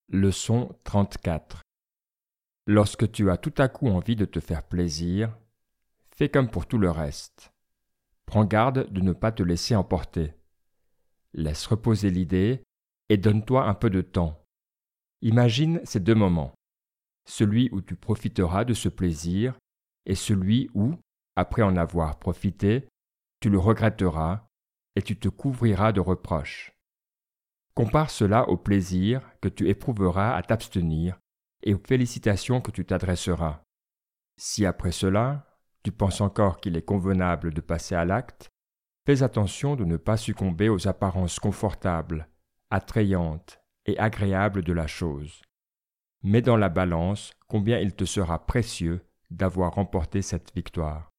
Leçon 34. Lorsque tu as tout à coup envie de te faire plaisir, fais comme pour tout le reste. Prends garde de ne pas te laisser emporter. Laisse reposer l'idée et donne-toi un peu de temps. Imagine ces deux moments, celui où tu profiteras de ce plaisir et celui où, après en avoir profité, tu le regretteras et tu te couvriras de reproches. Compare cela au plaisir que tu éprouveras à t'abstenir et aux félicitations que tu t'adresseras. Si après cela, tu penses encore qu'il est convenable de passer à l'acte, fais attention de ne pas succomber aux apparences confortables, attrayantes et agréables de la chose. Mets dans la balance combien il te sera précieux d'avoir remporté cette victoire.